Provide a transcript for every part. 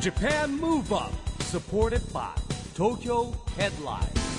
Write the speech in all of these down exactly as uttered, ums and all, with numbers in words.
Japan Move Up supported by Tokyo Headline。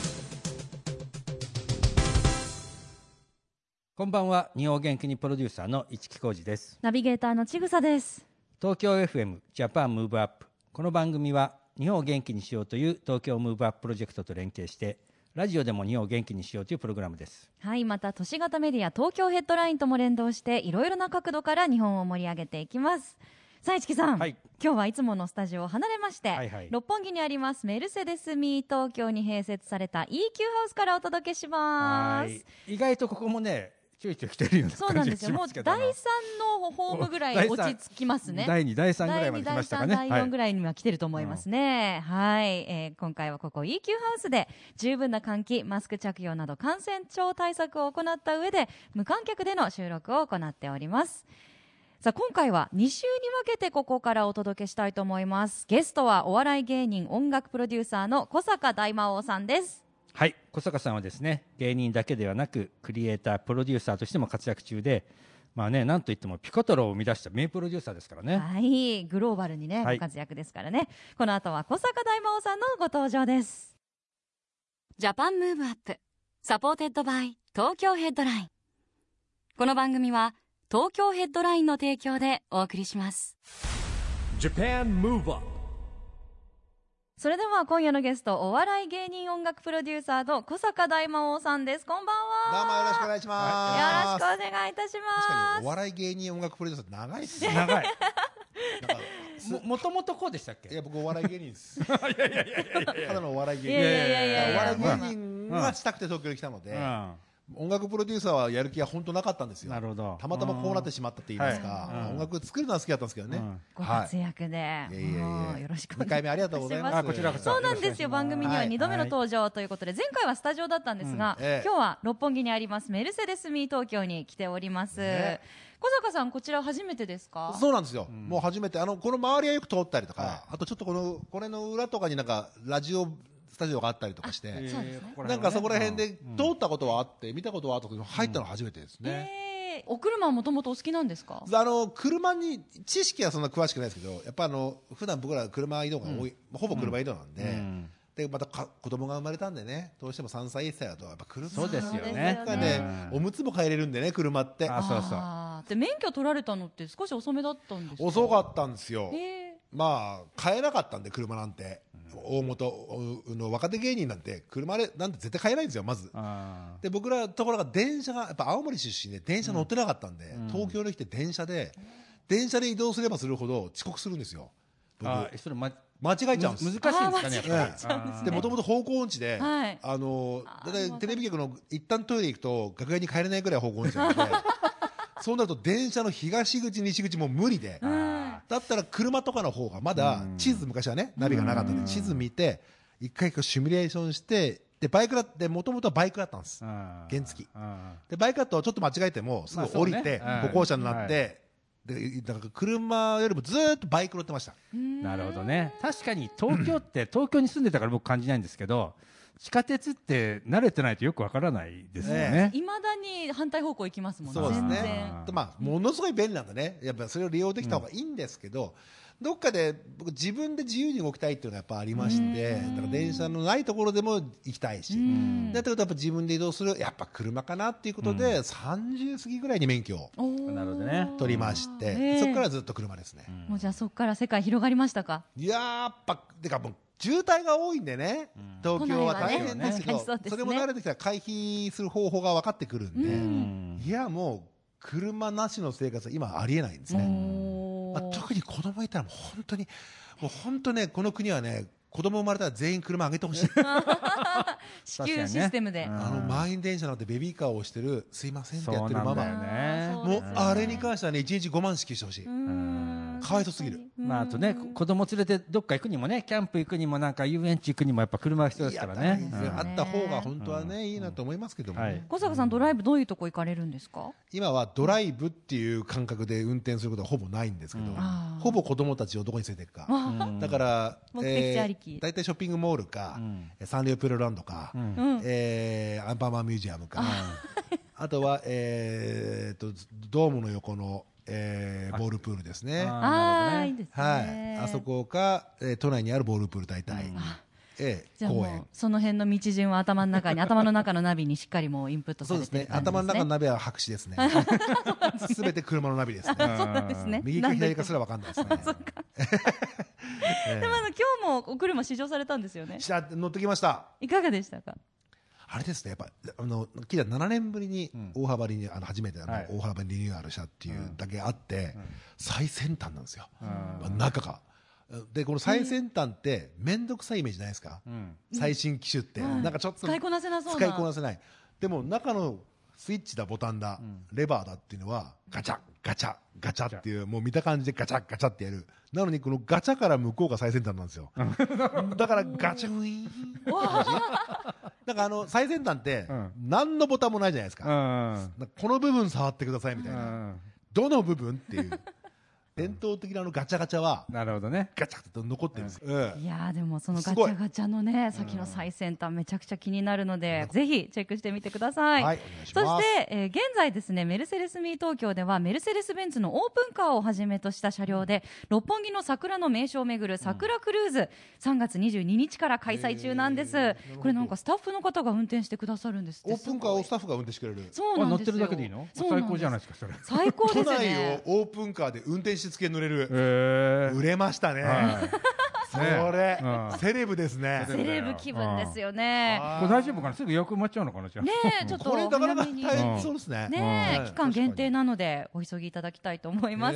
こんばんは。日本元気にプロデューサーの市木浩司です。 ナビゲーターのちぐさです。 東京 エフエム Japan Move Up。この番組は日本を元気にしようという東京ムーブアッププロジェクトと連携してラジオでも日本を元気にしようというプログラムです。 はい、また都市型メディア東京ヘッドラインとも連動していろいろな角度から日本を盛り上げていきます。さあ市木さん、はい、今日はいつものスタジオを離れまして、はいはい、六本木にありますメルセデスミー東京に併設された イーキュー ハウスからお届けします。 意外とここもねちょいちょい来てるような感じがしますけど、そうなんですよ。もうだいさんのホームぐらい落ち着きますね。 だいにだいさんぐらいまで来ましたかね。 だいにだいさんだいよんぐらいには来てると思いますね、うん、はい、えー、今回はここ イーキュー ハウスで十分な換気、マスク着用など感染症対策を行った上で無観客での収録を行っております。さあ今回はに週に分けてここからお届けしたいと思います。ゲストはお笑い芸人音楽プロデューサーの小坂大魔王さんです。 はい、小坂さんはですね芸人だけではなくクリエイタープロデューサーとしても活躍中で、まあね、なんといってもピコ太郎を生み出した名プロデューサーですからね。 はい、グローバルにね、はい、ご活躍ですからね。この後は小坂大魔王さんのご登場です。ジャパンムーブアップサポーテッドバイ東京ヘッドライン。この番組は東京ヘッドラインの提供でお送りします。 Japan Move Up。 それでは今夜のゲストお笑い芸人音楽プロデューサーの小坂大魔王さんです。こんばんは。 どうもよろしくお願いします。 よろしくお願いいたします。 確かにお笑い芸人音楽プロデューサー長いですね。 長いも, もともとこうでしたっけ。 いや僕お笑い芸人ですいやいやいやいやただのお笑い芸人。 いやいやいやいやお笑い芸人がしたくて東京に来たので、うん、音楽プロデューサーはやる気が本当なかったんですよ。 なるほど。 たまたまこうなってしまったって言いますか、はい、音楽作るのは好きだったんですけどね、うん、 ご活躍で、 はい、いやいやいやよろしくお願いします。 にかいめありがとうございます。 こちらこそ。 そうなんですよ。番組にはにどめの登場ということで、前回はスタジオだったんですが、うんええ、今日は六本木にありますメルセデスミー東京に来ております、ね、小坂さんこちら初めてですか。 そうなんですよ、うん、もう初めて。あのこの周りはよく通ったりとか、はい、あとちょっとこのこれの裏とかになんかラジオスタジオがあったりとかして、なんかそこら辺で通ったことはあって見たことはあったけど入ったの初めてですね、 うんえー、お車はもともとお好きなんですか。 あの車に知識はそんな詳しくないですけど、やっぱあの普段僕ら車移動が多い、うん、ほぼ車移動なんで、うん、でまたか子供が生まれたんでね、どうしてもさんさいいっさいだとやっぱ車そうですよね、 ね、おむつも変えれるんでね車って。 あそうそう。 で免許取られたのって少し遅めだったんですか。 遅かったんですよ、 えーまあ買えなかったんで車なんて、うん、大元の若手芸人なんて車なんて絶対買えないんですよまず。で僕らのところが電車がやっぱ青森出身で電車乗ってなかったんで、うん、東京に来て電車で電車で移動すればするほど遅刻するんですよ。僕あそれ、ま、 間違えちゃうんです。 難しいんですかねやっぱり。 でもともと方向音痴で、はい、あのだいたいテレビ局の一旦トイレ行くと楽屋に帰れないぐらい方向音痴なのでそうなると電車の東口西口も無理で、だったら車とかの方がまだ地図、昔はねナビがなかったんで地図見て一回シミュレーションして、でバイクだってもともとはバイクだったんです、原付きで。バイクだとちょっと間違えてもすぐ降りて歩行者になって、でだから車よりもずっとバイク乗ってました。 なるほどね。確かに東京って東京に住んでたから僕感じないんですけど、地下鉄って慣れてないとよくわからないですよね。 いまだに反対方向行きますもんね。 そうですね。まあものすごい便利なんでね、やっぱそれを利用できた方がいいんですけど、うん、どっかで僕自分で自由に動きたいっていうのがやっぱありまして、だから電車のないところでも行きたいし、だってことはやっぱ自分で移動するやっぱ車かなっていうことで、うん、さんじゅう過ぎぐらいに免許を取りまして、そこからずっと車ですね。 もうじゃあそこから世界広がりましたか。 いややっぱてかもう渋滞が多いんでね、東京は大変ですけど、それも慣れてきたら回避する方法が分かってくるんで、いやもう車なしの生活は今ありえないんですね。まあ、特に子供いたらもう本当にもう本当ね、この国はね子供生まれたら全員車あげてほしい支給システムで、 あの満員電車なんてベビーカーを押してるすいませんってやってるママ、もうあれに関してはねいちにちごまん支給してほしい。かわいそうすぎる。 まあ、あとね子供連れてどっか行くにもね、キャンプ行くにもなんか遊園地行くにもやっぱ車が必要ですからね。 あった方が本当はねいいなと思いますけども、ね、 小坂さんドライブどういうとこ行かれるんですか。 今はドライブっていう感覚で運転することはほぼないんですけど、ほぼ子供たちをどこに連れていくか、だから目的地ありき、 大体ショッピングモールか、サンリオピューロランドか、えアンパンマンミュージアムか、あとはえとドームの横のえー、ボールプールですね。 ああ、いいですね。 はい、あそこか、えー、都内にあるボールプール大体、うん、えー、 じゃあもうその辺の道順は頭の中に頭の中のナビにしっかりもうインプットされてる感じですね。 そうですね。頭の中のナビは白紙ですね。すべて車のナビですね。 そうなんですね。 右か左かすら分かんないですね。 そっか。でもあの今日もお車試乗されたんですよね。 乗ってきました。 いかがでしたか。 あれですね、やっぱあのキラななねんぶりに大幅に、うん、あの初めてあの、はい、大幅にリニューアルしたっていうだけあって、うん、最先端なんですよ、うん、中が。でこの最先端って面倒くさいイメージないですか、うん、最新機種って、うん、なんかちょっと使いこなせなそうな、 使いこなせない。でも中のスイッチだボタンだ、うん、レバーだっていうのはガチャガチャガチャっていう、もう見た感じでガチャガチャってやる。なのにこのガチャから向こうが最先端なんですよ。だからガチャウィーンなんかあの最先端って何のボタンもないじゃないですか、うん、この部分触ってくださいみたいな、うん、どの部分っていう伝統的なあのガチャガチャはなるほどね、 ガチャって残ってるんです、 うんうん、いやでもそのガチャガチャのね先の最先端めちゃくちゃ気になるので、うん、ぜひチェックしてみてください。はい、お願いします。そして、えー、現在ですねメルセデスミー東京ではメルセデスベンツのオープンカーをはじめとした車両で、うん、六本木の桜の名所を巡る桜クルーズ、うん、さんがつにじゅうににちから開催中なんです。これなんかスタッフの方が運転してくださるんですって。 オープンカーをスタッフが運転してくれる。 そうなんですよ。 乗ってるだけでいいの？最高じゃないですかそれ。 最高ですね。 都内をオープンカーで運転しつけ乗れる。売れましたね、はい、それ、うん、セレブですね。 セレブ気分ですよね。 これ大丈夫かな、すぐ予約埋まっちゃうのかな。じゃあねえ、ちょっとこれなかなか大変そうですね。 ねえ、期間限定なのでお急ぎいただきたいと思います。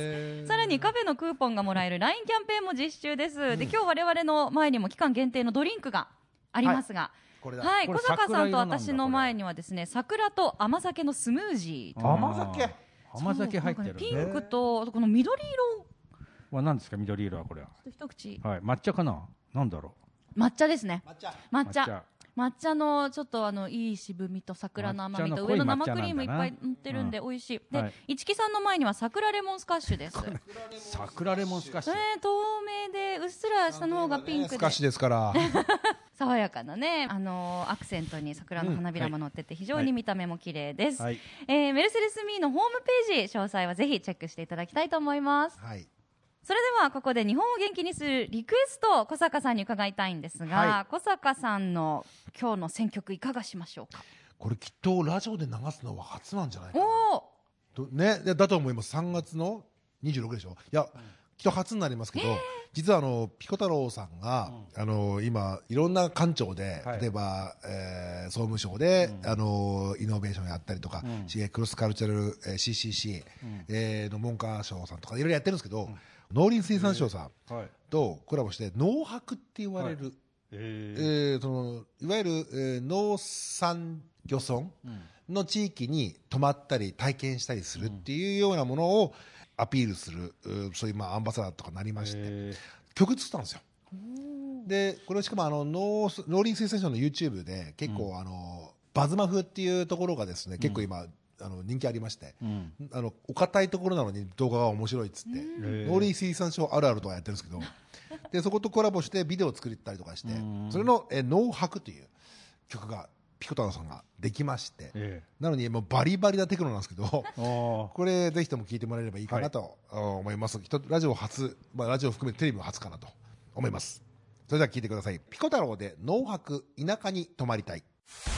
さらにカフェのクーポンがもらえる ライン キャンペーンも実施中です、うん、で今日我々の前にも期間限定のドリンクがありますが、はいはい、小坂さんと私の前にはですね桜と甘酒のスムージー。 甘酒甘酒入ってる、ね、 ピンクとこの緑色は何ですか。緑色はこれは一口、 はい、抹茶かな。なんだろう。抹茶ですね。抹茶抹茶抹茶抹茶のちょっとあのいい渋みと桜の甘みと上の生クリームいっぱい乗ってるんで美味しい、うん、で、はい、市木さんの前には桜レモンスカッシュです。 桜レモンスカッシュ、 えー、透明でうっすら下の方がピンクで、 スカッシュですから爽やかなね、あのー、アクセントに桜の花びらも乗ってて非常に見た目も綺麗です、はい、えー、メルセデスミーのホームページ詳細はぜひチェックしていただきたいと思います、はい。それではここで日本を元気にするリクエストを小坂さんに伺いたいんですが、はい、小坂さんの今日の選曲いかがしましょうか。 これきっとラジオで流すのは初なんじゃないかなと、ね、だと思います。さんがつのにじゅうろくでしょ。いや、うん、きっと初になりますけど、えー、実はあのピコ太郎さんが、うん、あの今いろんな官庁で、はい、例えば、えー、総務省で、うん、あのイノベーションやったりとか、うん、クロスカルチャル、えー、シーシーシー、うんえー、の文科省さんとかいろいろやってるんですけど、うん農林水産省さんとコラボして農泊って言われる、はいえーえー、そのいわゆる、えー、農産漁村の地域に泊まったり体験したりするっていうようなものをアピールする、うん、そういうまあアンバサダーとかなりまして曲作ったんですよ。でこれしかもあの 農, 農林水産省の YouTube で結構、うん、あのバズマフっていうところがですね結構今、うんあの人気ありまして、うん、あのお堅いところなのに動画が面白いっつって農林水産省あるあるとかやってるんですけどでそことコラボしてビデオを作ったりとかしてそれのえ農泊という曲がピコ太郎さんができまして、えー、なのにもうバリバリなテクノなんですけどこれぜひとも聞いてもらえればいいかなと思います、はい、ラジオ初、まあ、ラジオ含めてテレビも初かなと思います。それでは聞いてください。ピコ太郎で農泊田舎に泊まりたい。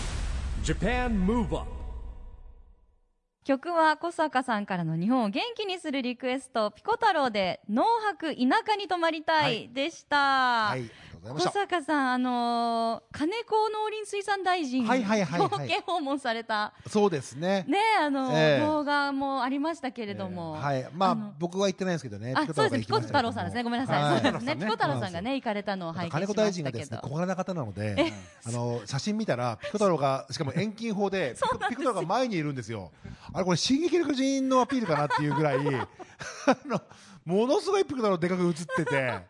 Japan Move Up。 曲は小坂さんからの日本を元気にするリクエストピコ太郎で農泊田舎に泊まりたいでした、はいはい、小坂さん、あのー、金子農林水産大臣表敬訪問されたそうですね、 ねあのーえー、動画もありましたけれども、 えーはいまあ、あ僕は行ってないんですけどね。 あそうですピコ太郎さんですねごめんなさい、はい、そうですねピコ太郎さんがね行かれたのを拝見しましたけど金子大臣がですね小柄な方なのであの写真見たらピコ太郎がしかも遠近法でピコ太郎が前にいるんですよ。あれこれ進撃の巨人のアピールかなっていうぐらいあのものすごいピコ太郎でかく映ってて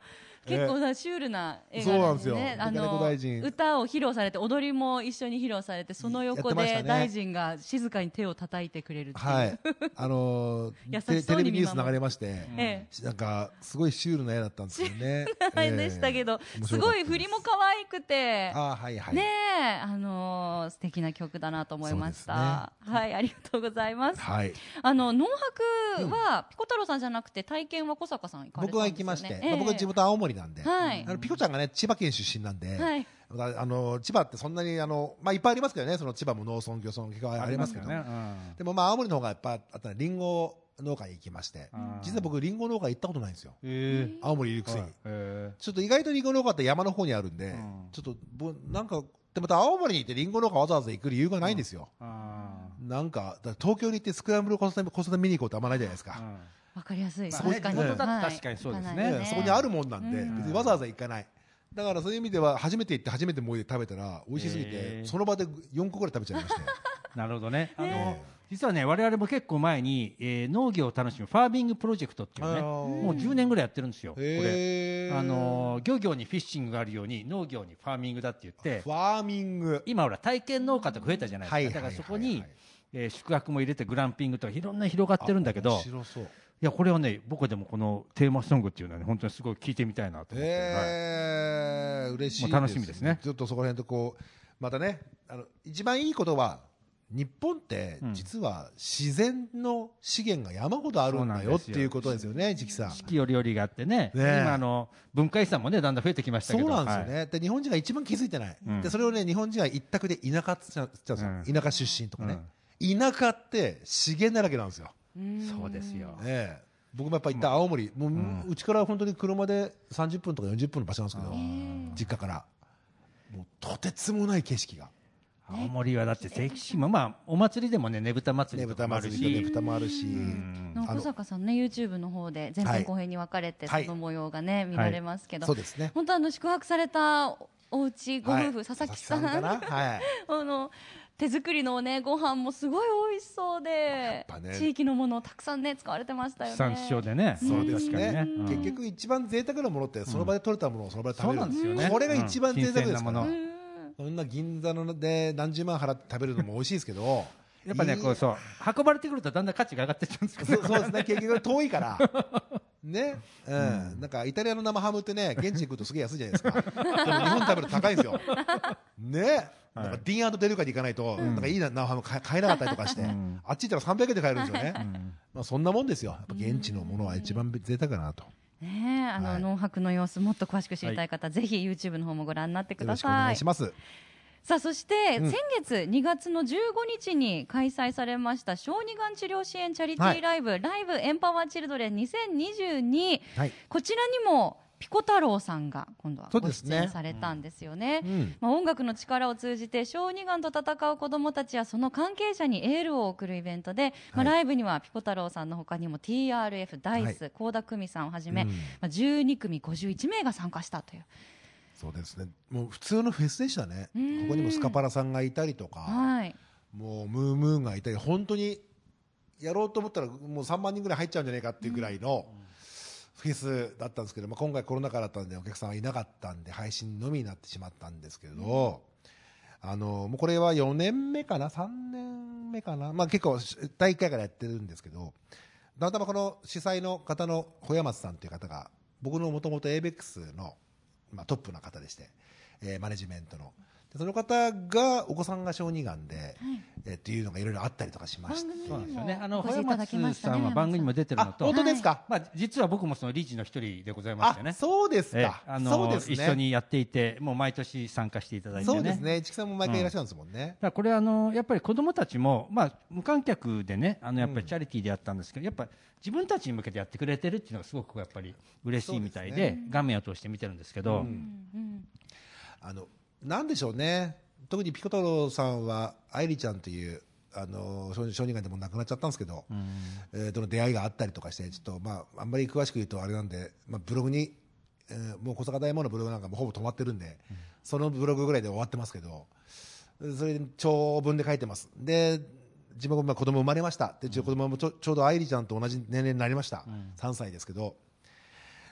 結構なシュールな映画そうななんんですすでよね。あデカデコの大臣歌を披露されて踊りも一緒に披露されてその横でやってましたね大臣が静かに手を叩いてくれるっていう、 はいあのー優しテテレそうに見守るビニュース流れまして、 えなんかすごいシュールな絵だったんですよねえでしたけど、 ええすごい振りも可愛くてあーはいはいねえ、あのー素敵な曲だなと思いました、はいありがとうございます。 はいあの農泊は、ピコ太郎さんじゃなくて体験は小坂さん行かれたんですよね。 僕が行きまして、 ええまあ、僕は地元青森なんで、 はいあのピコちゃんがね千葉県出身なんで、 はいああの千葉ってそんなにあの、まあ、いっぱいありますけどね、その千葉も農村漁村結構ありますけど、 ありますよねうんでもまあ青森の方がやっぱあったらリンゴ農家に行きまして、 うん実は僕リンゴ農家行ったことないんですよ、 へえ青森いるくせに、 はいへちょっと意外とリンゴ農家って山の方にあるんで、 うんちょっとぼなんかでまた青森に行ってリンゴ農家わざわざ行く理由がないんですよ、 ーあなんかだから東京に行ってスクランブル交差点交差点見に行こうってあんまないじゃないですか、 ーうんわかりやすい、 まあ確かに、 地元だとはい確かにそうですね行かないねそこにあるもんなんで、 うん別にわざわざ行かない、だからそういう意味では初めて行って初めて思いで食べたら美味しすぎて、 へーその場でよんこぐらい食べちゃいましたよなるほどね。あの、 え実はね、我々も結構前に、えー農業を楽しむファーミングプロジェクトっていうね、 あーもうじゅうねんぐらいやってるんですよ。これ。 へーあの漁業にフィッシングがあるように農業にファーミングだって言ってファーミング今ほら体験農家とか増えたじゃないですか、 はいはいだからそこはいに、えー宿泊も入れてグランピングとかいろんな広がってるんだけど、 面白そう、 いやこれはね僕でもこのテーマソングっていうのはね本当にすごい聞いてみたいなと思って、はいえー嬉しいです、 もう楽しみですねちょっとそこら辺とこうまたねあの一番いいことは日本ってうん実は自然の資源が山ほどあるんだよっていうことですよね、チキさん。 四季折々があってね、 ねえ今あの文化遺産もねだんだん増えてきましたけど、 そうなんですよね、 はいで日本人が一番気づいてない、 うんでそれをね日本人は一択で田舎って言っちゃうんですよ、 うん田舎出身とかね、田舎って資源だらけなんですよ、 そうですよ。 ねえ僕もやっぱ行った青森、もううちから本当に車でさんじゅっぷんとかよんじゅっぷんの場所なんですけど、実家からもうとてつもない景色が、 青森はだって関島、まあ、お祭りでもねねぶた祭ねぶたりとかもある祭りとねしぶたもあるし、 の小坂さんね YouTube の方で前編後編に分かれてそはいの模様がね見られますけど、 そうですね、 本当あの宿泊されたお家ご夫婦、 はい佐々木さんかな、はい、 あの手作りのねご飯もすごい美味しそうで、 ぱね地域のものをたくさんね使われてましたよね。 地産地消でね、 そうですね確かにね、 結局一番贅沢なものってその場で取れたものをその場で食べる、 そうなんですよねこれが一番贅沢ですから、 うん新鮮なものうんそんな銀座ので何十万払って食べるのも美味しいですけどやっぱねいいこうそう運ばれてくるとだんだん価値が上がってっちゃうんですよねそうそうですね、結局遠いから、ね、うん、なんかイタリアの生ハムってね、現地に行くとすげえ安いじゃないですか、でも日本で食べると高いんですよ、ね、なんかディーン&デルカに行かないと、なんかいい生ハム買え買えなかったりとかして、 んあっち行ったらさんびゃくえんで買えるんですよね、まあそんなもんですよ、やっぱ現地のものは一番贅沢かなと、 ねえあの、 はい農泊の様子もっと詳しく知りたい方、ぜひ YouTube の方もご覧になってくだよろしくお願さい。 いします。 さあそして、 うん先月にがつのじゅうごにちに開催されました小児がん治療支援チャリティーライブ、ライブエンパワーチルドレンにせんにじゅうに、 はい、 こちらにもピコ太郎さんが今度はごそうですね出演されたんですよね。 うんまあ、音楽の力を通じて小児がんと戦う子どもたちやその関係者にエールを送るイベントで、まあ、 はいライブにはピコ太郎さんの他にも ティーアールエフ、ダイス、倖田來未さんをはじめ、 うんまあ、じゅうにくみごじゅういちめいが参加したという。 そうですね、もう普通のフェスでしたね、こうんこにもスカパラさんがいたりとか、 はいもうムームーンがいたり、本当にやろうと思ったらもうさんまんにんぐらい入っちゃうんじゃないかっていうぐらいのフェスだったんですけど、まあ、今回コロナ禍だったんでお客さんはいなかったんで配信のみになってしまったんですけど、あのもうこれはよねんめかなさんねんめかな、まあ、結構だいいっかいからやってるんですけど、たまたまこの主催の方の小山さんという方が僕のもともと エーベックス の、まあ、トップな方でして、えーマネジメントのでその方がお子さんが小児がんで、えーっていうのがいろいろあったりとかしまして、 そうなんですよね。あのお越しいた小山だきましたねさんは番組にも出てるのあと、 本当ですか、 まあ実は僕もその理事の一人でございましてあね。 そうですええか、 あのそうですね一緒にやっていて、もう毎年参加していただいてね。 そうですね、市木さんも毎回いらっしゃるんですもんね。 だからこれあのやっぱり子どもたちも、まあ、無観客でねあのやっぱりチャリティーでやったんですけど、やっぱ自分たちに向けてやってくれてるっていうのがすごくやっぱり嬉しいみたいでそうですね画面を通して見てるんですけど、 うんあのなんでしょうね、特にピコ太郎さんは愛梨ちゃんというあの小児小児がんでも亡くなっちゃったんですけど、えーとの出会いがあったりとかして、ちょっと、まあ、あんまり詳しく言うとあれなんで、まあ、ブログに、えーもう小坂大門のブログなんかもほぼ止まってるんで、そのブログぐらいで終わってますけど、それで長文で書いてます。で自分が子供生まれましたで、うちの子供もちょちょうど愛梨ちゃんと同じ年齢になりました、さんさいですけど、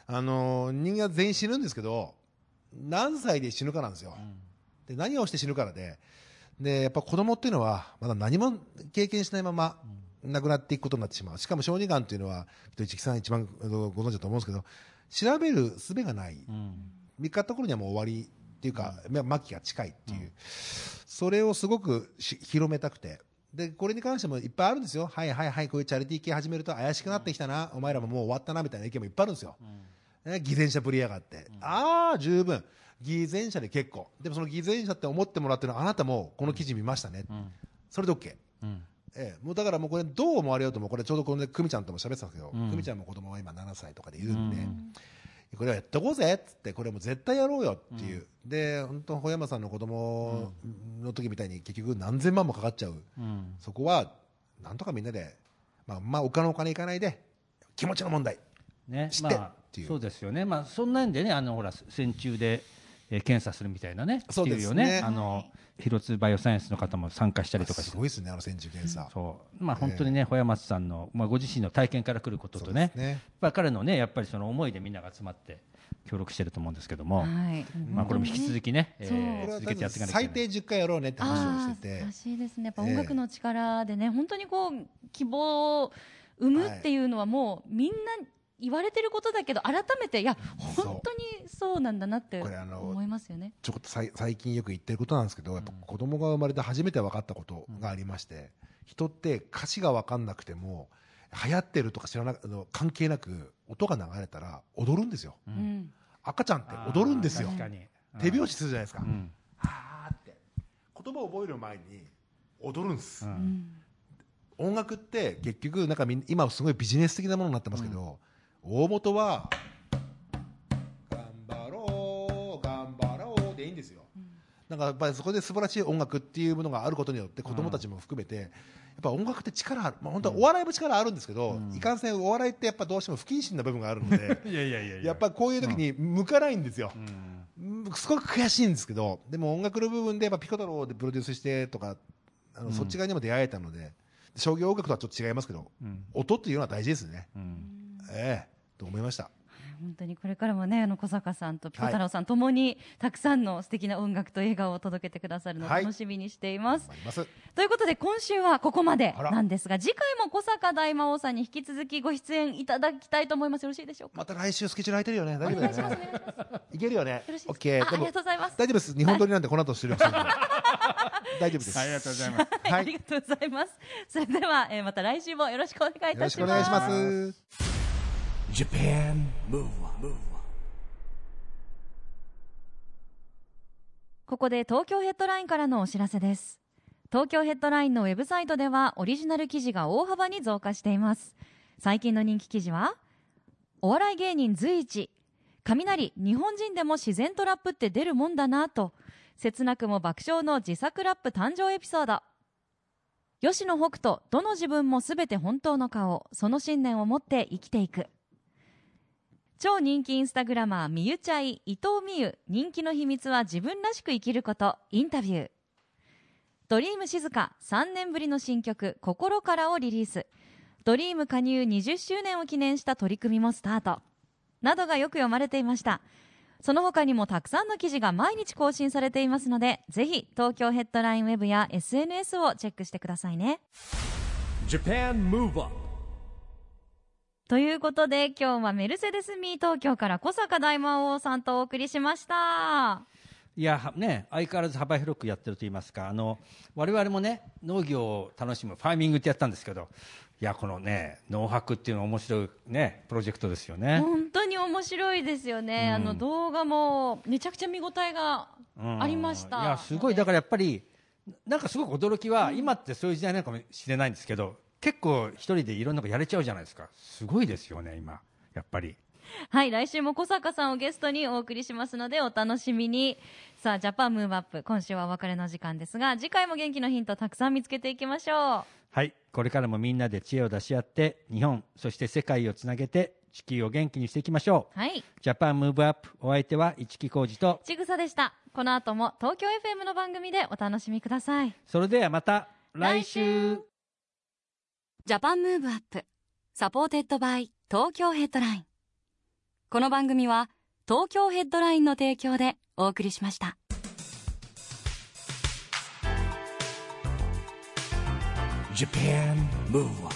あの人間は全員死ぬんですけど何歳で死ぬかなんですよ、うん、で何をして死ぬからで、でやっぱ子供っていうのはまだ何も経験しないまま亡くなっていくことになってしまう。しかも小児がんというのは市木さん一番ご存知だと思うんですけど、調べる術がない、うん、見つかった頃にはもう終わりっていうか、うん、末期が近いっていう、うん、それをすごく広めたくて、でこれに関してもいっぱいあるんですよ。はいはいはい、こういうチャリティー系始めると怪しくなってきたな、うん、お前らももう終わったなみたいな意見もいっぱいあるんですよ、うんね、偽善者ぶりやがって、うん、ああ十分偽善者で結構。でもその偽善者って思ってもらってるのはあなたもこの記事見ましたね、うん、それで OK、うんええ、もうだからもうこれどう思われようとも、これちょうどこの久美ちゃんとも喋ってたんですけど、久美、うん、ちゃんも子供は今ななさいとかでいるんで、うん、これはやってこうぜっつって、これも絶対やろうよっていう、うん、で本当小山さんの子供の時みたいに結局何千万もかかっちゃう、うん、そこはなんとかみんなで、まあ、まあお金お金いかないで気持ちの問題、ね、知ってっていう、 まあ、そうですよね、まあ、そんなんでね、あのほら線虫でえー、検査するみたいなね、 そうですね、 あの広津バイオサイエンスの方も参加したりとかして、 すごいですね、あの線虫検査、 そうまあ、本当にね、えー、小山さんの、まあ、ご自身の体験から来ることとね、ねやっぱ彼のね、やっぱりその思いでみんなが集まって協力してると思うんですけども、はいまあ、これも引き続きね、えー、続けてやっていかなきゃいけない。 最低じゅっかいやろうねって話をしてて、 素晴らしいですね。やっぱ音楽の力でね、えー、本当にこう希望を生むっていうのはもうみんな言われてることだけど、改めていや本当にそうなんだなって思いますよね。 ちょっとさい最近よく言ってることなんですけど、やっぱ子供が生まれて初めて分かったことがありまして、うん、人って歌詞が分かんなくても流行ってるとか知らなく関係なく音が流れたら踊るんですよ、うん、赤ちゃんって踊るんですよ。 確かに手拍子するじゃないですか、うん、はーって言葉を覚える前に踊るんです、うん、音楽って結局なんかみん今すごいビジネス的なものになってますけど、大元は頑張ろう頑張ろうでいいんですよ、うん、なんかやっぱりそこで素晴らしい音楽っていうものがあることによって子供たちも含めて、うん、やっぱ音楽って力ある、まあ、本当はお笑いも力あるんですけど、うん、いかんせんお笑いってやっぱどうしても不謹慎な部分があるのでいやいやいやいややっぱこういう時に向かないんですよ、うん、すごく悔しいんですけど、でも音楽の部分でやっぱピコ太郎でプロデュースしてとかあの、うん、そっち側にも出会えたので、商業音楽とはちょっと違いますけど、うん、音っていうのは大事ですね、うんええと思いました。 本当にこれからもね、あの小坂さんとピコ太郎さんともにたくさんの素敵な音楽と笑顔を届けてくださるのを楽しみにしています、はい、ますということで今週はここまでなんですが、次回も小坂大魔王さんに引き続きご出演いただきたいと思います。よろしいでしょうか。 また来週スケジュール空いてるよね。大丈夫だよね。お願いします。お願いします。いけるよね。 よろしいですか。オッケー。ありがとうございます。 大丈夫です。日本撮りなんでこの後出力する大丈夫です。 ありがとうございます、 はい、ありがとうございます。それでは、えー、また来週もよろしくお願いいたします。 よろしくお願いします。 Japan Move Up。 ここで東京ヘッドラインからのお知らせです。東京ヘッドラインのウェブサイトではオリジナル記事が大幅に増加しています。最近の人気記事は、お笑い芸人随一雷、日本人でも自然とラップって出るもんだなと切なくも爆笑の自作ラップ誕生エピソード。吉野北斗、どの自分もすべて本当の顔、その信念を持って生きていく。超人気インスタグラマーみゆちゃい伊藤美優、人気の秘密は自分らしく生きること、インタビュー。ドリーム静香、さんねんぶりの新曲心からをリリース。ドリーム加入にじゅっしゅうねんを記念した取り組みもスタートなどがよく読まれていました。その他にもたくさんの記事が毎日更新されていますので、ぜひ東京ヘッドラインウェブや エスエヌエス をチェックしてくださいね。 Japan Move Up。 ということで今日はメルセデスミー東京から小坂大魔王さんとお送りしました。 いやね、相変わらず幅広くやってると言いますか、あの我々もね農業を楽しむファーミングってやったんですけど、いやこのね農泊っていうのは面白いねプロジェクトですよね。 本当に面白いですよね、うん、あの動画もめちゃくちゃ見応えがありました、 うん、いやすごい。だからやっぱりなんかすごく驚きは、うん、今ってそういう時代なのかもしれないんですけど、結構一人でいろんなことやれちゃうじゃないですか。すごいですよね今やっぱり。 はい、来週も小坂さんをゲストにお送りしますのでお楽しみに。さあジャパンムーブアップ、今週はお別れの時間ですが、次回も元気のヒントたくさん見つけていきましょう。 はい、これからもみんなで知恵を出し合って日本そして世界をつなげて地球を元気にしていきましょう。 はい、 ジャパンムーブアップ、お相手は市木浩二とちぐさでした。この後も東京 エフエム の番組でお楽しみください。 それではまた来週。 ジャパンムーブアップサポーテッドバイ東京ヘッドライン。 この番組は東京ヘッドラインの提供でお送りしました。 Japan Move On